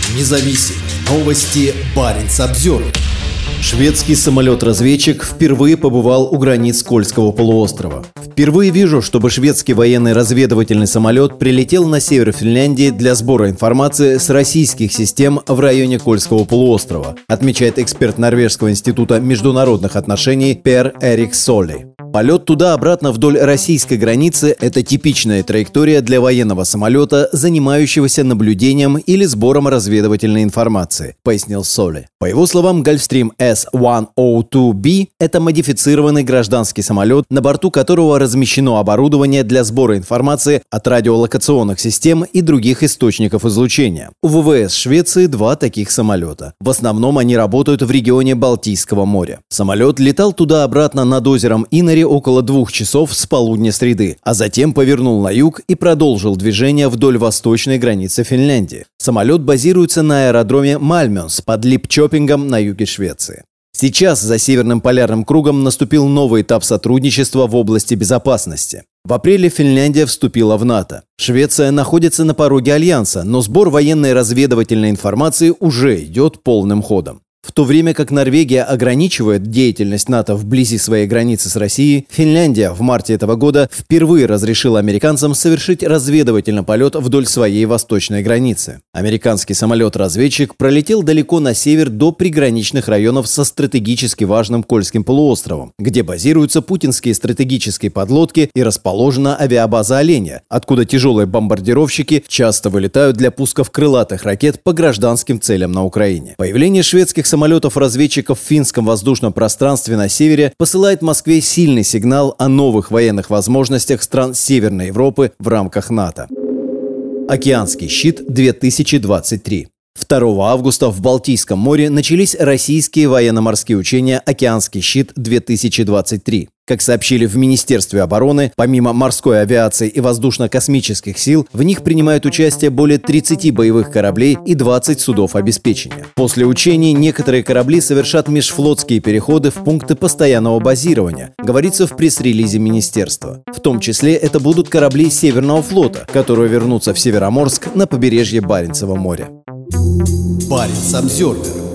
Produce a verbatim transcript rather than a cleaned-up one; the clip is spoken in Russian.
Независим. Новости Баренц-Обзервер. Шведский самолет-разведчик впервые побывал у границ Кольского полуострова. Впервые вижу, чтобы шведский военный разведывательный самолет прилетел на север Финляндии для сбора информации с российских систем в районе Кольского полуострова, отмечает эксперт Норвежского института международных отношений Пер Эрик Соли. Полет туда-обратно вдоль российской границы – это типичная траектория для военного самолета, занимающегося наблюдением или сбором разведывательной информации, пояснил Соли. По его словам, Gulfstream эс сто два би – это модифицированный гражданский самолет, на борту которого размещено оборудование для сбора информации от радиолокационных систем и других источников излучения. У ВВС Швеции два таких самолета. В основном они работают в регионе Балтийского моря. Самолет летал туда-обратно над озером Инари около двух часов с полудня среды, а затем повернул на юг и продолжил движение вдоль восточной границы Финляндии. Самолет базируется на аэродроме Мальмёнс под Липчопингом на юге Швеции. Сейчас за Северным полярным кругом наступил новый этап сотрудничества в области безопасности. В апреле Финляндия вступила в НАТО. Швеция находится на пороге альянса, но сбор военной разведывательной информации уже идет полным ходом. В то время как Норвегия ограничивает деятельность НАТО вблизи своей границы с Россией, Финляндия в марте этого года впервые разрешила американцам совершить разведывательный полет вдоль своей восточной границы. Американский самолет-разведчик пролетел далеко на север до приграничных районов со стратегически важным Кольским полуостровом, где базируются путинские стратегические подлодки и расположена авиабаза «Оленя», откуда тяжелые бомбардировщики часто вылетают для пусков крылатых ракет по гражданским целям на Украине. Появление шведских самолетов-разведчиков в финском воздушном пространстве на севере посылает Москве сильный сигнал о новых военных возможностях стран Северной Европы в рамках НАТО. Океанский щит-две тысячи двадцать три. второго августа в Балтийском море начались российские военно-морские учения «Океанский щит-две тысячи двадцать три». Как сообщили в Министерстве обороны, помимо морской авиации и воздушно-космических сил, в них принимают участие более тридцати боевых кораблей и двадцати судов обеспечения. После учений некоторые корабли совершат межфлотские переходы в пункты постоянного базирования, говорится в пресс-релизе Министерства. В том числе это будут корабли Северного флота, которые вернутся в Североморск на побережье Баренцева моря. Баренц-Обзервер.